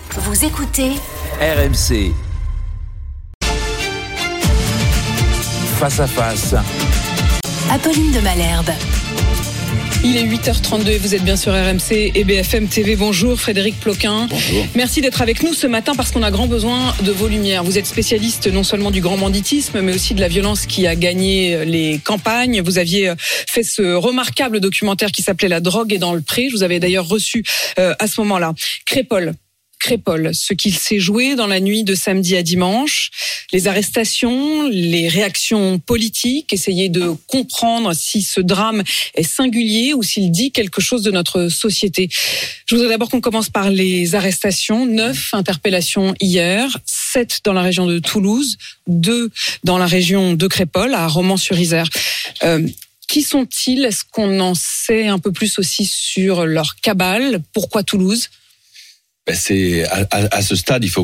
Vous écoutez RMC. Face à face. Apolline de Malherbe. Il est 8h32 et vous êtes bien sur RMC et BFM TV. Bonjour Frédéric Ploquin. Bonjour. Merci d'être avec nous ce matin parce qu'on a grand besoin de vos lumières. Vous êtes spécialiste non seulement du grand banditisme mais aussi de la violence qui a gagné les campagnes. Vous aviez fait ce remarquable documentaire qui s'appelait La drogue est dans le pré. Je vous avais d'ailleurs reçu à ce moment-là. Crépol, ce qu'il s'est joué dans la nuit de samedi à dimanche, les arrestations, les réactions politiques, essayer de comprendre si ce drame est singulier ou s'il dit quelque chose de notre société. Je voudrais d'abord qu'on commence par les arrestations. 9 interpellations hier, 7 dans la région de Toulouse, 2 dans la région de Crépol, à Romans-sur-Isère. Qui sont-ils ? Est-ce qu'on en sait un peu plus aussi sur leur cabale ? Pourquoi Toulouse ? C'est à ce stade, il faut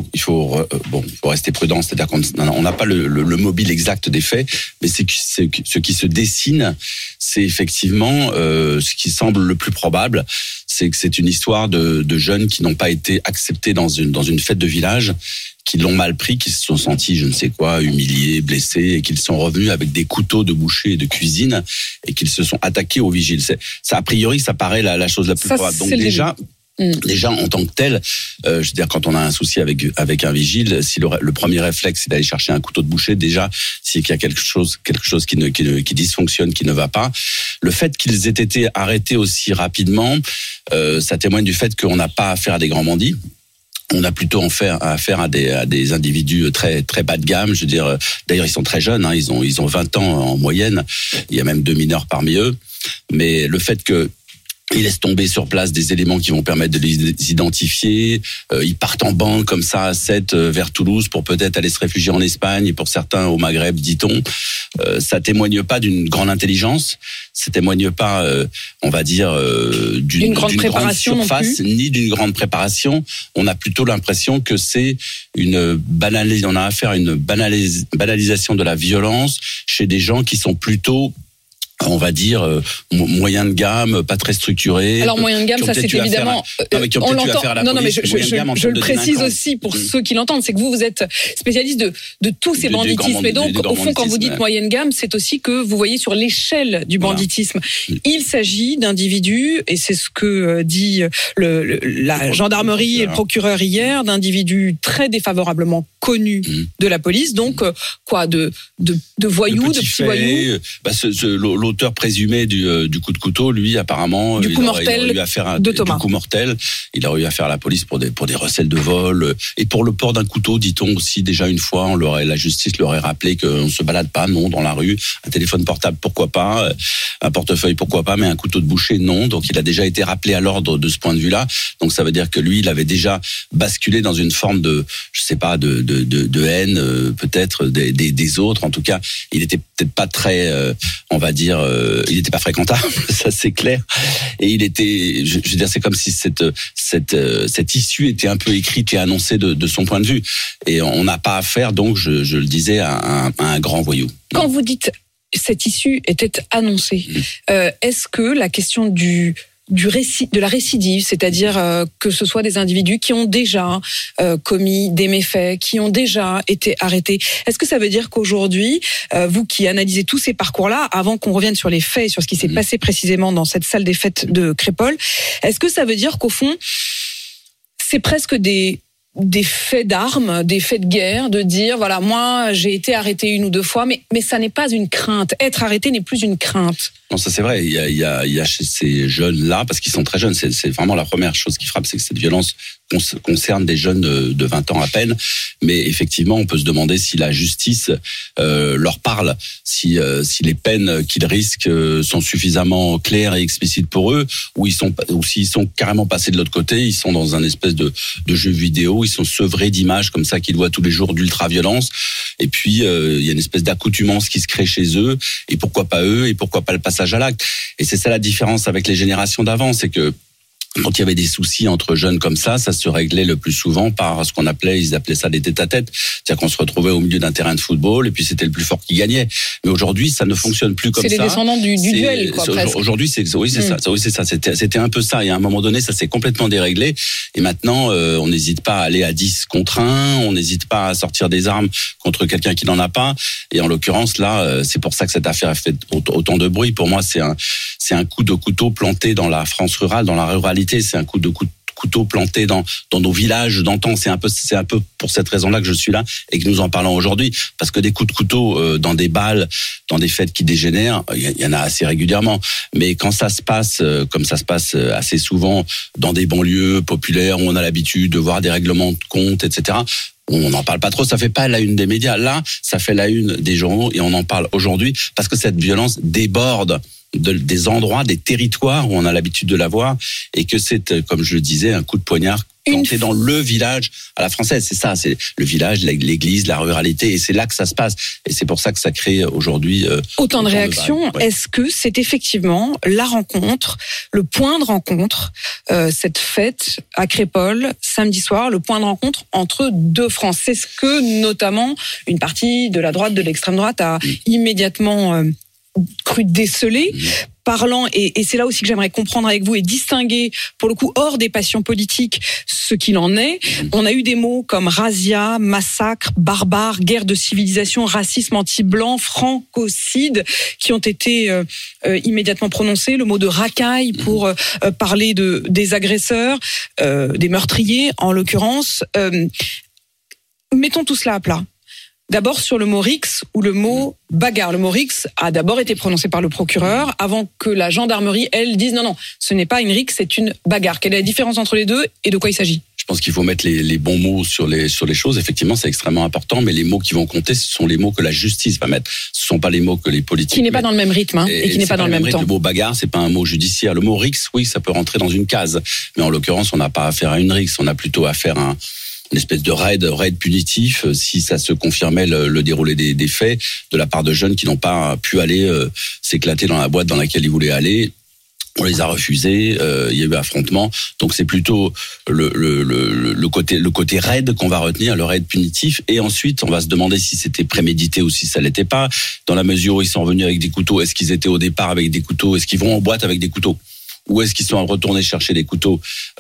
rester prudent, c'est-à-dire qu'on n'a pas le mobile exact des faits, mais ce qui se dessine, c'est effectivement ce qui semble le plus probable, c'est que c'est une histoire de jeunes qui n'ont pas été acceptés dans une fête de village, qui l'ont mal pris, qui se sont sentis, je ne sais quoi, humiliés, blessés, et qu'ils sont revenus avec des couteaux de boucher et de cuisine, et qu'ils se sont attaqués aux vigiles. Ça, a priori, ça paraît la chose la plus probable. Donc déjà, en tant que tel, je veux dire, quand on a un souci avec un vigile, si le premier réflexe c'est d'aller chercher un couteau de boucher, déjà, s'il y a quelque chose qui dysfonctionne, qui ne va pas, le fait qu'ils aient été arrêtés aussi rapidement, ça témoigne du fait qu'on n'a pas affaire à des grands bandits. On a plutôt affaire à des individus très très bas de gamme. Je veux dire, d'ailleurs ils sont très jeunes, ils ont 20 ans en moyenne. Il y a même 2 mineurs parmi eux. Mais le fait que ils laissent tomber sur place des éléments qui vont permettre de les identifier. Ils partent en bande comme ça à 7 vers Toulouse pour peut-être aller se réfugier en Espagne et pour certains au Maghreb, dit-on. Ça témoigne pas d'une grande intelligence. Ça témoigne pas, on va dire, d'une grande surface ni d'une grande préparation. On a plutôt l'impression que c'est on a affaire à une banalisation de la violence chez des gens qui sont plutôt, on va dire, moyen de gamme, pas très structuré. Alors moyen de gamme, ça c'est évidemment. On l'entend. Non, mais je le précise aussi pour ceux qui l'entendent, c'est que vous êtes spécialiste de tous ces banditismes. Et donc, au fond, quand vous dites moyenne gamme, c'est aussi que vous voyez sur l'échelle du banditisme. Voilà. Il s'agit d'individus, et c'est ce que dit la gendarmerie et le procureur hier, d'individus très défavorablement connus de la police. Donc, de voyous, de petits voyous. L'auteur présumé du coup de couteau, lui, apparemment, il aurait eu affaire à du coup mortel. Il aurait eu affaire à la police pour des recels de vol et pour le port d'un couteau, dit-on aussi déjà une fois. La justice leur aurait rappelé qu'on ne se balade pas, non, dans la rue. Un téléphone portable, pourquoi pas. Un portefeuille, pourquoi pas. Mais un couteau de boucher, non. Donc il a déjà été rappelé à l'ordre de ce point de vue-là. Donc ça veut dire que lui, il avait déjà basculé dans une forme de haine, peut-être des autres. En tout cas, il était peut-être pas très, on va dire, il n'était pas fréquentable, ça c'est clair. Et il était, je veux dire, c'est comme si cette issue était un peu écrite et annoncée de son point de vue. Et on n'a pas affaire, donc, je le disais, à un grand voyou. Quand vous dites cette issue était annoncée, est-ce que la question de la récidive, c'est-à-dire que ce soit des individus qui ont déjà commis des méfaits, qui ont déjà été arrêtés. Est-ce que ça veut dire qu'aujourd'hui, vous qui analysez tous ces parcours-là, avant qu'on revienne sur les faits et sur ce qui s'est passé précisément dans cette salle des fêtes de Crépol, est-ce que ça veut dire qu'au fond, c'est presque des faits d'armes, des faits de guerre, de dire, voilà, moi, j'ai été arrêté 1 ou 2 fois, mais ça n'est pas une crainte. Être arrêté n'est plus une crainte. Non, ça c'est vrai. Il y a chez ces jeunes-là, parce qu'ils sont très jeunes, c'est vraiment la première chose qui frappe, c'est que cette violence concerne des jeunes de 20 ans à peine. Mais effectivement, on peut se demander si la justice leur parle, si les peines qu'ils risquent sont suffisamment claires et explicites pour eux, ou s'ils sont carrément passés de l'autre côté, ils sont dans un espèce de jeu vidéo, ils sont sevrés d'images comme ça qu'ils voient tous les jours d'ultra-violence. Et puis, il y a une espèce d'accoutumance qui se crée chez eux. Et pourquoi pas eux ? Et pourquoi pas le passage à l'acte ? Et c'est ça la différence avec les générations d'avant, c'est que quand il y avait des soucis entre jeunes comme ça se réglait le plus souvent par ce qu'on appelait, ils appelaient ça des tête-à-tête. C'est-à-dire qu'on se retrouvait au milieu d'un terrain de football et puis c'était le plus fort qui gagnait. Mais aujourd'hui, ça ne fonctionne plus comme ça. C'est les descendants du duel, quoi, presque. Aujourd'hui, c'est ça. C'était un peu ça. Et à un moment donné, ça s'est complètement déréglé. Et maintenant, on n'hésite pas à aller à 10 contre 1. On n'hésite pas à sortir des armes contre quelqu'un qui n'en a pas. Et en l'occurrence, là, c'est pour ça que cette affaire a fait autant de bruit. Pour moi, c'est un coup de couteau planté dans la France rurale, dans la ruralité. C'est un coup de couteau planté dans nos villages d'antan. C'est un peu pour cette raison-là que je suis là et que nous en parlons aujourd'hui. Parce que des coups de couteau dans des balles, dans des fêtes qui dégénèrent, il y en a assez régulièrement. Mais quand ça se passe, comme ça se passe assez souvent dans des banlieues populaires où on a l'habitude de voir des règlements de compte, etc., on n'en parle pas trop, ça fait pas la une des médias. Là, ça fait la une des journaux et on en parle aujourd'hui parce que cette violence déborde des endroits, des territoires où on a l'habitude de la voir et que c'est, comme je le disais, un coup de poignard planté dans le village à la française. C'est ça, c'est le village, l'église, la ruralité et c'est là que ça se passe. Et c'est pour ça que ça crée aujourd'hui autant de réactions. Ouais. Est-ce que c'est effectivement la rencontre, le point de rencontre, cette fête à Crépol, samedi soir, le point de rencontre entre deux France? C'est ce que notamment une partie de la droite, de l'extrême droite a immédiatement cru déceler, parlant, et c'est là aussi que j'aimerais comprendre avec vous et distinguer, pour le coup, hors des passions politiques, ce qu'il en est. On a eu des mots comme razzia, massacre, barbare, guerre de civilisation, racisme anti-blanc, francocide, qui ont été immédiatement prononcés. Le mot de racaille pour parler des agresseurs, des meurtriers, en l'occurrence. Mettons tout cela à plat. D'abord sur le mot rixe ou le mot bagarre. Le mot rixe a d'abord été prononcé par le procureur avant que la gendarmerie, elle, dise non, ce n'est pas une rixe, c'est une bagarre. Quelle est la différence entre les deux et de quoi il s'agit ? Je pense qu'il faut mettre les bons mots sur les choses. Effectivement, c'est extrêmement important, mais les mots qui vont compter, ce sont les mots que la justice va mettre. Ce ne sont pas les mots que les politiques qui n'est pas dans le même rythme et qui n'est pas dans le même temps. Le mot bagarre, c'est pas un mot judiciaire. Le mot rixe, oui, ça peut rentrer dans une case. Mais en l'occurrence, on n'a pas affaire à une rixe. On a plutôt affaire à une espèce de raid punitif si ça se confirmait le déroulé des faits de la part de jeunes qui n'ont pas pu aller s'éclater dans la boîte dans laquelle ils voulaient aller. On les a refusés, il y a eu affrontement. Donc c'est plutôt le côté raid qu'on va retenir, le raid punitif. Et ensuite, on va se demander si c'était prémédité ou si ça l'était pas. Dans la mesure où ils sont revenus avec des couteaux, est-ce qu'ils étaient au départ avec des couteaux? Est-ce qu'ils vont en boîte avec des couteaux? Ou est-ce qu'ils sont retournés chercher des couteaux?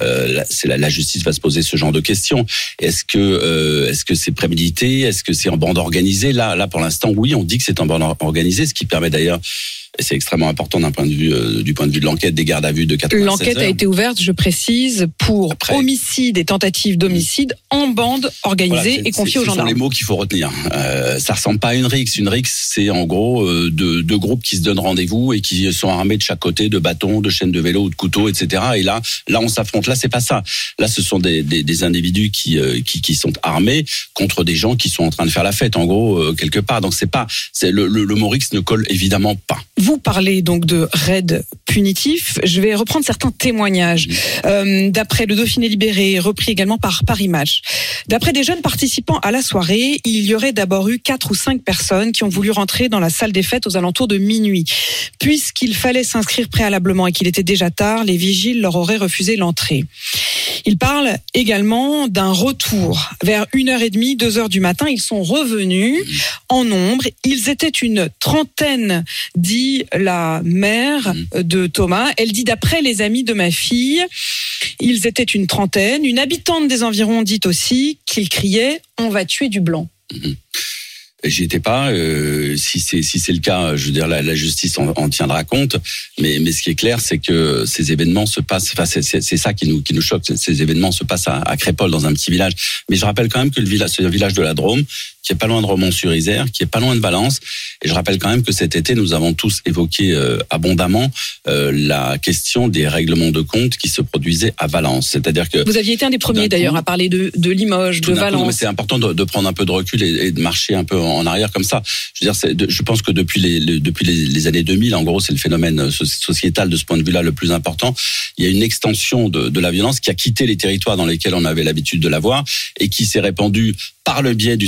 La justice va se poser ce genre de questions. Est-ce que c'est prémédité? Est-ce que c'est en bande organisée? Là, pour l'instant, oui, on dit que c'est en bande organisée, ce qui permet d'ailleurs, et c'est extrêmement important du point de vue de l'enquête, des gardes à vue de 96 heures. L'enquête a été ouverte, je précise, pour homicide et tentative d'homicide en bande organisée et confiée aux gendarmes. Ce sont les mots qu'il faut retenir. Ça ressemble pas à une rixe. Une rixe, c'est en gros deux groupes qui se donnent rendez-vous et qui sont armés de chaque côté de bâtons, de chaînes de vélo ou de couteaux, etc. Et là, on s'affronte. Là, c'est pas ça. Là, ce sont des individus qui sont armés contre des gens qui sont en train de faire la fête, en gros, quelque part. Donc le mot rixe ne colle évidemment pas. Vous parlez donc de raid punitif. Je vais reprendre certains témoignages. D'après le Dauphiné Libéré, repris également par Paris Match. D'après des jeunes participants à la soirée, il y aurait d'abord eu 4 ou 5 personnes qui ont voulu rentrer dans la salle des fêtes aux alentours de minuit. Puisqu'il fallait s'inscrire préalablement et qu'il était déjà tard, les vigiles leur auraient refusé l'entrée. Il parle également d'un retour. Vers 1h30, 2h du matin, ils sont revenus en nombre. Ils étaient une trentaine, dit la mère de Thomas. Elle dit, d'après les amis de ma fille, ils étaient une trentaine. Une habitante des environs dit aussi qu'ils criaient « On va tuer du blanc ». J'y étais pas. Si c'est le cas, je veux dire, la justice en tiendra compte. Mais ce qui est clair, c'est que ces événements se passent. Enfin, c'est ça qui nous choque. Ces événements se passent à Crépol, dans un petit village. Mais je rappelle quand même que c'est un village de la Drôme, qui est pas loin de Romans-sur-Isère, qui est pas loin de Valence. Et je rappelle quand même que cet été, nous avons tous évoqué abondamment la question des règlements de compte qui se produisaient à Valence. C'est-à-dire que vous aviez été un des premiers d'ailleurs à parler de Limoges, de Valence. Mais c'est important de prendre un peu de recul et de marcher un peu en arrière comme ça. Je veux dire, je pense que depuis les années 2000, en gros, c'est le phénomène sociétal de ce point de vue-là le plus important. Il y a une extension de la violence qui a quitté les territoires dans lesquels on avait l'habitude de la voir et qui s'est répandue par le biais du trafic de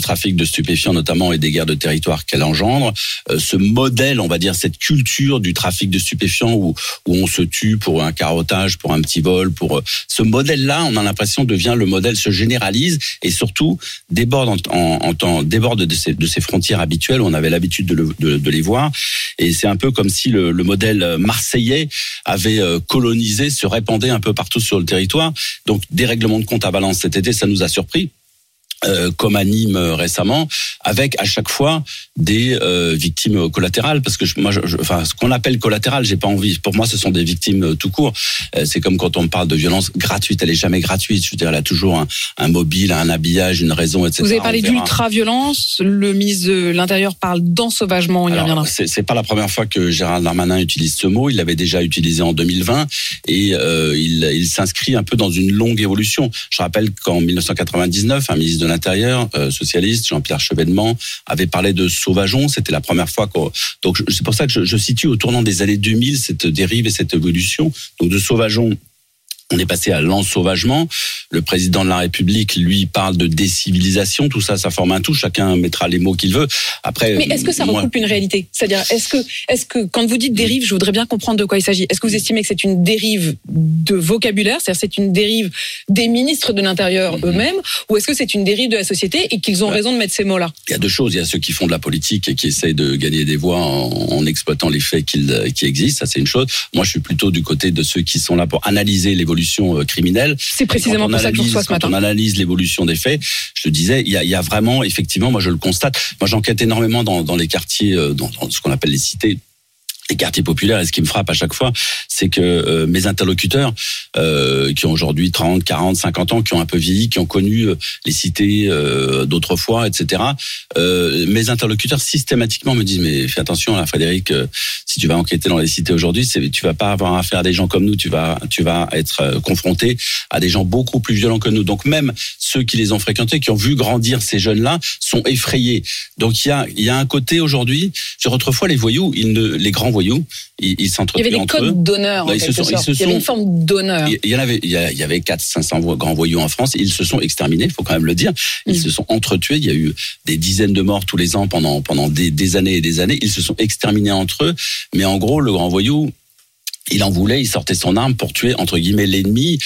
stupéfiants notamment et des guerres de territoire qu'elle engendre. Ce modèle, on va dire, cette culture du trafic de stupéfiants où on se tue pour un carottage, pour un petit vol, pour ce modèle-là, on a l'impression devient le modèle, se généralise et surtout déborde déborde de ces frontières habituelles où on avait l'habitude de les voir. Et c'est un peu comme si le modèle marseillais avait colonisé, se répandait un peu partout sur le territoire. Donc des règlements de compte à Valence cet été, ça nous a surpris. Comme à Nîmes récemment, avec à chaque fois des victimes collatérales, parce que ce qu'on appelle collatéral, j'ai pas envie. Pour moi, ce sont des victimes tout court. C'est comme quand on parle de violence gratuite, elle est jamais gratuite. Je veux dire, elle a toujours un mobile, un habillage, une raison, etc. Vous avez parlé d'ultra-violence. Le ministre de l'Intérieur parle d'ensauvagement. On y reviendra. C'est pas la première fois que Gérald Darmanin utilise ce mot. Il l'avait déjà utilisé en 2020 et il s'inscrit un peu dans une longue évolution. Je rappelle qu'en 1999, un ministre de l'Intérieur, socialiste, Jean-Pierre Chevènement, avait parlé de sauvageon. C'était la première fois donc c'est pour ça que je situe au tournant des années 2000 cette dérive et cette évolution. Donc de sauvageon, on est passé à l'ensauvagement. Le président de la République, lui, parle de décivilisation. Tout ça, ça forme un tout. Chacun mettra les mots qu'il veut. Après, mais est-ce que ça recoupe une réalité ? C'est-à-dire, est-ce que quand vous dites dérive, je voudrais bien comprendre de quoi il s'agit. Est-ce que vous estimez que c'est une dérive de vocabulaire, c'est-à-dire c'est une dérive des ministres de l'Intérieur eux-mêmes, ou est-ce que c'est une dérive de la société et qu'ils ont raison de mettre ces mots-là ? Il y a deux choses. Il y a ceux qui font de la politique et qui essayent de gagner des voix en exploitant les faits qui existent. Ça, c'est une chose. Moi, je suis plutôt du côté de ceux qui sont là pour analyser l'évolution criminelle. C'est précisément pour ça que je reçois ce matin. Quand on analyse l'évolution des faits, je le disais, il y a vraiment, effectivement, moi je le constate. Moi, j'enquête énormément dans les quartiers, dans ce qu'on appelle les cités, les quartiers populaires, et ce qui me frappe à chaque fois, c'est que mes interlocuteurs, qui ont aujourd'hui 30, 40, 50 ans, qui ont un peu vieilli, qui ont connu les cités d'autrefois, etc., mes interlocuteurs systématiquement me disent, mais fais attention là, Frédéric, si tu vas enquêter dans les cités aujourd'hui, tu vas pas avoir affaire à des gens comme nous, tu vas être confronté à des gens beaucoup plus violents que nous. Donc même ceux qui les ont fréquentés, qui ont vu grandir ces jeunes-là, sont effrayés. Donc il y a un côté aujourd'hui, autrefois les voyous, les grands voyous, ils s'entretuaient entre eux. Il y avait des codes d'honneur, en quelque sorte. Il y avait une forme d'honneur. Il y avait 400-500 grands voyous en France. Ils se sont exterminés, il faut quand même le dire. Ils se sont entretués. Il y a eu des dizaines de morts tous les ans pendant des années et des années. Ils se sont exterminés entre eux. Mais en gros, le grand voyou, il en voulait, il sortait son arme pour tuer entre guillemets l'ennemi.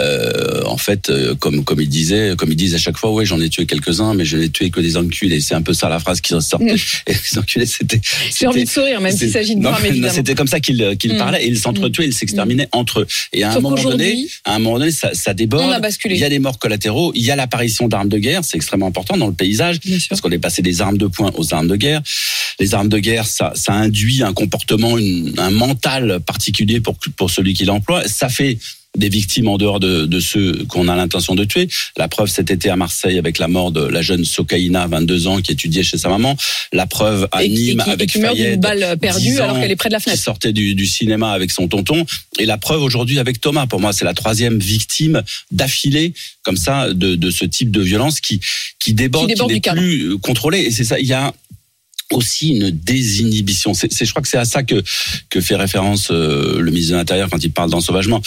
En fait, comme ils disent à chaque fois, ouais, j'en ai tué quelques-uns, mais je n'ai tué que des enculés. C'est un peu ça la phrase qui ressortait. Et les enculés, j'ai envie de sourire, même s'il s'agit de drame, évidemment. C'était comme ça qu'il parlait. Et ils s'entretuaient, ils s'exterminaient entre eux. Et à un moment donné, ça déborde. On a basculé. Il y a des morts collatéraux. Il y a l'apparition d'armes de guerre. C'est extrêmement important dans le paysage, parce qu'on est passé des armes de poing aux armes de guerre. Les armes de guerre, ça induit un comportement, un mental particulier pour celui qui l'emploie. Ça fait des victimes en dehors de ceux qu'on a l'intention de tuer. La preuve cet été à Marseille avec la mort de la jeune Sokaina, 22 ans, qui étudiait chez sa maman. La preuve à Nîmes avec Fayed, qui meurt d'une balle perdue alors qu'elle est près de la fenêtre. Qui sortait du cinéma avec son tonton. Et la preuve aujourd'hui avec Thomas. Pour moi, c'est la 3e victime d'affilée comme ça de ce type de violence qui déborde, qui n'est plus contrôlée. Et c'est ça, il y a aussi une désinhibition. Je crois que c'est à ça que fait référence le ministre de l'Intérieur quand il parle d'ensauvagement.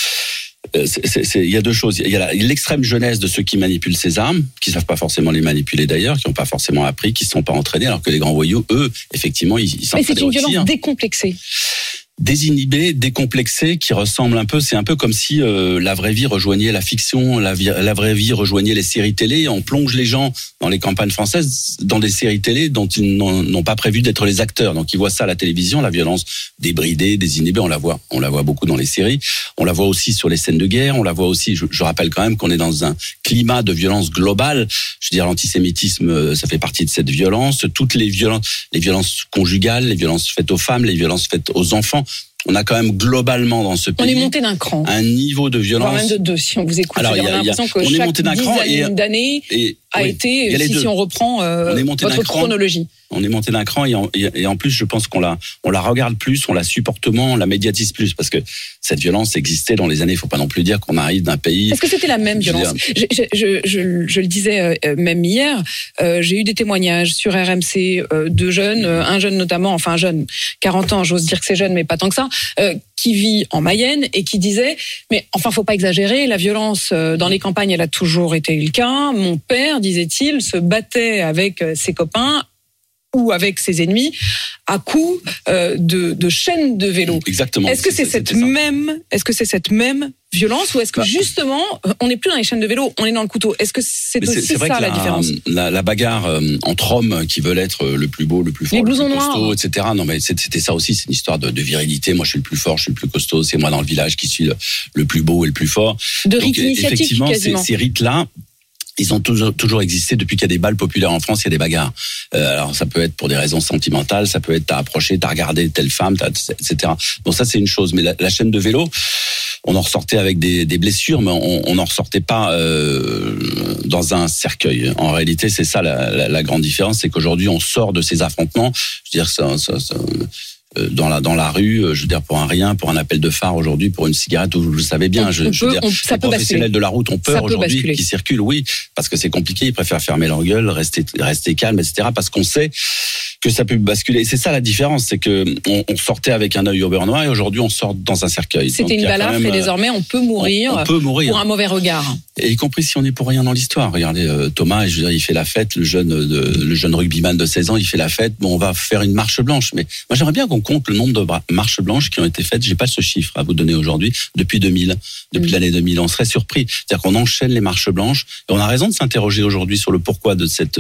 Il y a deux choses. Il y a l'extrême jeunesse de ceux qui manipulent ces armes, qui savent pas forcément les manipuler d'ailleurs, qui n'ont pas forcément appris, qui ne sont pas entraînés, alors que les grands voyous, eux, effectivement, ils s'entraînent. Mais c'est une violence décomplexée. Désinhibé, décomplexé, qui ressemble un peu, c'est un peu comme si la vraie vie rejoignait la fiction, la vraie vie rejoignait les séries télé. On plonge les gens dans les campagnes françaises dans des séries télé dont ils n'ont pas prévu d'être les acteurs. Donc ils voient ça à la télévision, la violence débridée, désinhibée, on la voit beaucoup dans les séries. On la voit aussi sur les scènes de guerre, on la voit aussi, je rappelle quand même qu'on est dans un climat de violence globale. Je veux dire, l'antisémitisme, ça fait partie de cette violence. Toutes les violences conjugales, les violences faites aux femmes, les violences faites aux enfants. On a quand même globalement dans ce pays. On est monté d'un cran. Un niveau de violence. Voire même de deux, si on vous écoute. Alors, on a l'impression que chaque dizaine d'années a été, si on reprend votre chronologie. On est monté d'un cran et en plus, je pense qu'on la regarde plus, on la supporte moins, on la médiatise plus parce que cette violence existait dans les années. Il ne faut pas non plus dire qu'on arrive d'un pays. Est-ce que c'était la même violence ? Je le disais même hier. J'ai eu des témoignages sur RMC de jeunes, un jeune notamment, enfin un jeune, 40 ans, j'ose dire que c'est jeune, mais pas tant que ça, qui vit en Mayenne et qui disait mais enfin faut pas exagérer, la violence dans les campagnes elle a toujours été le cas. Mon père, disait-il, se battait avec ses copains ou avec ses ennemis à coups de chaînes de vélo. Exactement. Est-ce que c'est cette même violence ou est-ce que justement on n'est plus dans les chaînes de vélo, on est dans le couteau? Est-ce que c'est aussi vrai ça que la différence? La bagarre entre hommes qui veulent être le plus beau, le plus fort, les le plus blousons costaud, noirs, etc. Non mais c'était ça aussi, c'est une histoire de virilité. Moi je suis le plus fort, je suis le plus costaud, c'est moi dans le village qui suis le plus beau et le plus fort. De rites initiatiques effectivement, quasiment. Ces rites-là, ils ont toujours existé depuis qu'il y a des bals populaires en France, il y a des bagarres. Alors ça peut être pour des raisons sentimentales, ça peut être t'as approché, t'as regardé telle femme, etc. Bon ça c'est une chose, mais la chaîne de vélo, on en ressortait avec des blessures, mais on n'en ressortait pas dans un cercueil. En réalité, c'est ça la grande différence, c'est qu'aujourd'hui on sort de ces affrontements. Je veux dire dans la rue, je veux dire pour un rien, pour un appel de phare aujourd'hui, pour une cigarette, vous le savez bien. Je veux dire, les professionnels de la route ont peur aujourd'hui, qui circulent, oui, parce que c'est compliqué. Ils préfèrent fermer leur gueule, rester calme, etc. Parce qu'on sait que ça peut basculer. Et c'est ça la différence, c'est que on sortait avec un œil au beurre noir et aujourd'hui on sort dans un cercueil. C'était une balafre et désormais on peut mourir pour un mauvais regard. Et y compris si on est pour rien dans l'histoire. Regardez Thomas, je veux dire, il fait la fête, le jeune rugbyman de 16 ans, il fait la fête. Bon, on va faire une marche blanche, mais moi j'aimerais bien qu'on compte le nombre de marches blanches qui ont été faites. J'ai pas ce chiffre à vous donner aujourd'hui depuis 2000, depuis l'année 2000. On serait surpris. C'est-à-dire qu'on enchaîne les marches blanches et on a raison de s'interroger aujourd'hui sur le pourquoi de cet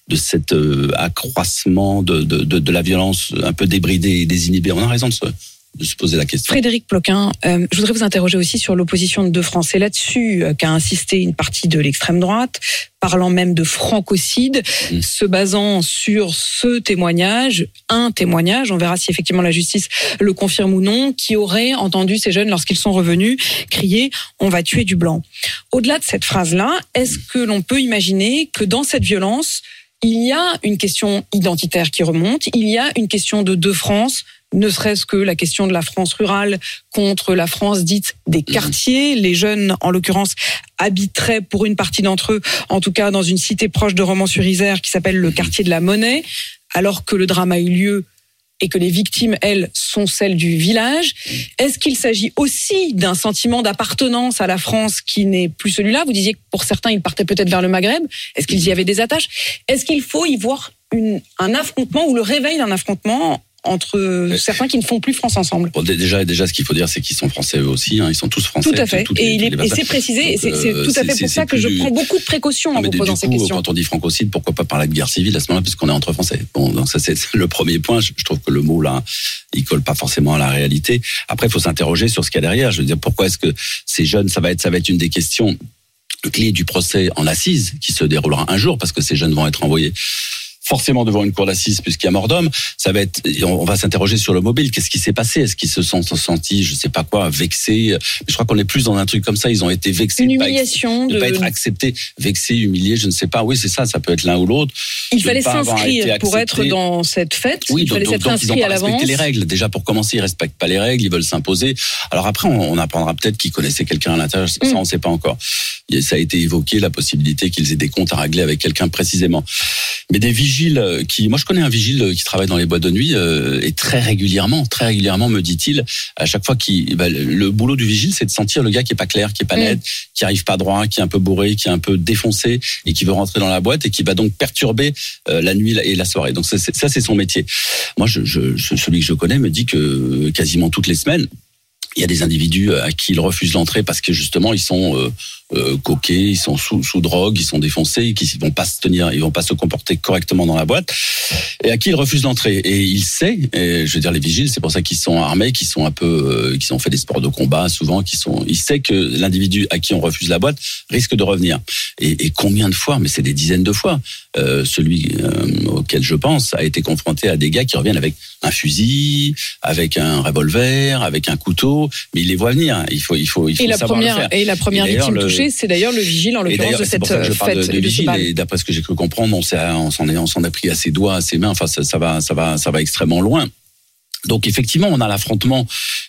accroissement de la violence un peu débridée et désinhibée. On a raison de se poser la question. Frédéric Ploquin, je voudrais vous interroger aussi sur l'opposition de deux France. C'est là-dessus qu'a insisté une partie de l'extrême droite, parlant même de francocide, se basant sur ce témoignage, un témoignage, on verra si effectivement la justice le confirme ou non, qui aurait entendu ces jeunes, lorsqu'ils sont revenus, crier « on va tuer du blanc ». Au-delà de cette phrase-là, est-ce que l'on peut imaginer que dans cette violence, il y a une question identitaire qui remonte, il y a une question de deux France, ne serait-ce que la question de la France rurale contre la France dite des quartiers. Les jeunes, en l'occurrence, habiteraient pour une partie d'entre eux, en tout cas dans une cité proche de Romans-sur-Isère qui s'appelle le quartier de la Monnaie, alors que le drame a eu lieu et que les victimes, elles, sont celles du village. Est-ce qu'il s'agit aussi d'un sentiment d'appartenance à la France qui n'est plus celui-là? Vous disiez que pour certains, ils partaient peut-être vers le Maghreb. Est-ce qu'ils y avaient des attaches? Est-ce qu'il faut y voir un affrontement ou le réveil d'un affrontement entre certains qui ne font plus France ensemble? Bon, déjà, ce qu'il faut dire, c'est qu'ils sont français eux aussi. Ils sont tous français. Tout à fait. Et c'est précisé. Donc, c'est tout à fait pour ça que je prends beaucoup de précautions en vous posant ces questions. Quand on dit francocide, pourquoi pas parler de guerre civile à ce moment-là, puisqu'on est entre Français. Bon, donc ça c'est le premier point. Je trouve que le mot là, il colle pas forcément à la réalité. Après, il faut s'interroger sur ce qu'il y a derrière. Je veux dire, pourquoi est-ce que ces jeunes, ça va être une des questions clés du procès en assises qui se déroulera un jour, parce que ces jeunes vont être envoyés forcément devant une cour d'assises puisqu'il y a mort d'homme. Ça va être, on va s'interroger sur le mobile. Qu'est-ce qui s'est passé? Est-ce qu'ils se sont sentis, je sais pas quoi, vexés? Je crois qu'on est plus dans un truc comme ça. Ils ont été vexés. Une humiliation de pas être acceptés, vexés, humiliés, je ne sais pas. Oui, c'est ça. Ça peut être l'un ou l'autre. Il fallait s'inscrire pour être dans cette fête. Oui, il fallait s'être inscrit à l'avance. Ils ont pas respecté les règles. Déjà pour commencer, ils respectent pas les règles. Ils veulent s'imposer. Alors après, on apprendra peut-être qu'ils connaissaient quelqu'un à l'intérieur. Ça, on ne sait pas encore. Ça a été évoqué la possibilité qu'ils aient des comptes à régler avec quelqu'un précisément. Mais des vigiles moi je connais un vigile qui travaille dans les boîtes de nuit et très régulièrement me dit-il, à chaque fois le boulot du vigile, c'est de sentir le gars qui est pas clair, qui est pas net, qui arrive pas droit, qui est un peu bourré, qui est un peu défoncé et qui veut rentrer dans la boîte et qui va donc perturber la nuit et la soirée. Donc ça c'est son métier. Moi celui que je connais me dit que quasiment toutes les semaines, il y a des individus à qui il refuse l'entrée parce que justement ils sont coqués, ils sont sous drogue, ils sont défoncés, ils vont pas se comporter correctement dans la boîte, et à qui il refuse l'entrée. Et il sait, et je veux dire les vigiles, c'est pour ça qu'ils sont armés, qu'ils sont un peu, qu'ils ont fait des sports de combat souvent, il sait que l'individu à qui on refuse la boîte risque de revenir. Et combien de fois, mais c'est des dizaines de fois, celui auquel je pense a été confronté à des gars qui reviennent avec un fusil, avec un revolver, avec un couteau, mais il les voit venir. Il faut savoir le faire. Et la première victime touchée, c'est d'ailleurs le vigile, en l'occurrence de cette fête. Je parle de vigile, et d'après ce que j'ai cru comprendre, on s'en a pris à ses doigts, à ses mains. Enfin, ça va extrêmement loin. Donc effectivement, on a l'affrontement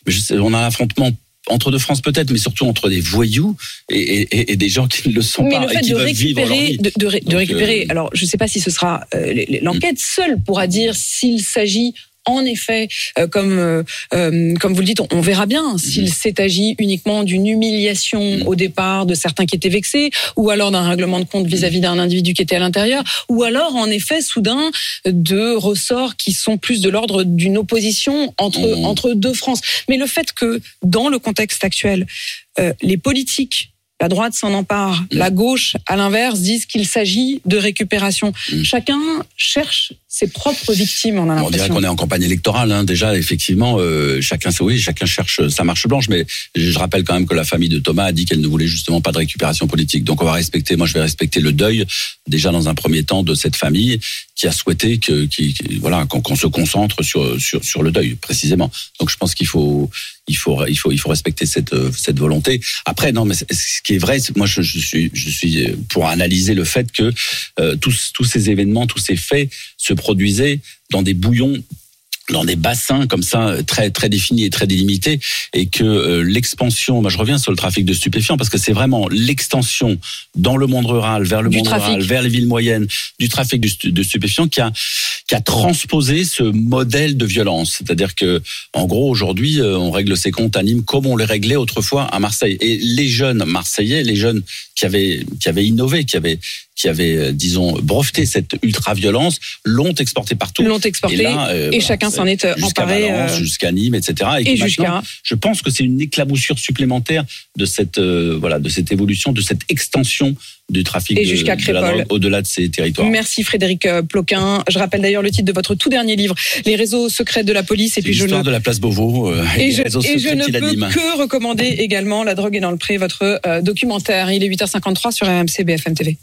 entre deux France peut-être, mais surtout entre des voyous et des gens qui ne le sont pas et qui veulent vivre leur vie. De récupérer. Alors, je ne sais pas si ce sera l'enquête seule pourra dire s'il s'agit En effet, comme vous le dites, on verra bien s'il s'est agi uniquement d'une humiliation au départ de certains qui étaient vexés, ou alors d'un règlement de compte vis-à-vis d'un individu qui était à l'intérieur, ou alors en effet soudain de ressorts qui sont plus de l'ordre d'une opposition entre deux France. Mais le fait que dans le contexte actuel, les politiques, la droite s'en empare, la gauche, à l'inverse, disent qu'il s'agit de récupération. Chacun cherche ses propres victimes, on a l'impression. On dirait qu'on est en campagne électorale, déjà, effectivement, chacun cherche sa marche blanche, mais je rappelle quand même que la famille de Thomas a dit qu'elle ne voulait justement pas de récupération politique. Donc je vais respecter le deuil, déjà dans un premier temps, de cette famille qui a souhaité qu'on se concentre sur le deuil, précisément. Donc je pense qu'il faut respecter cette volonté. Après, non, mais ce qui est vrai, c'est que moi je suis pour analyser le fait que tous ces événements, tous ces faits se produisaient dans des bouillons, dans des bassins comme ça très très définis et très délimités, et que l'expansion, moi je reviens sur le trafic de stupéfiants, parce que c'est vraiment l'extension dans le monde rural, vers le monde rural, vers les villes moyennes, du trafic de stupéfiants qui a transposé ce modèle de violence. C'est-à-dire que, en gros, aujourd'hui, on règle ses comptes à Nîmes comme on les réglait autrefois à Marseille. Et les jeunes Marseillais, les jeunes qui avaient innové, qui avaient, disons, breveté cette ultra-violence, l'ont exporté partout. Et chacun s'en est emparé. Jusqu'à Nîmes, etc. Et maintenant, je pense que c'est une éclaboussure supplémentaire de cette évolution, de cette extension du trafic de la drogue au-delà de ces territoires. Merci Frédéric Ploquin. Je rappelle d'ailleurs le titre de votre tout dernier livre, Les réseaux secrets de la police. Et puis l'histoire de la place Beauvau et les réseaux secrets qui l'animent. Je ne peux que recommander également La drogue est dans le pré, votre documentaire. Il est 8h53 sur RMC BFM TV.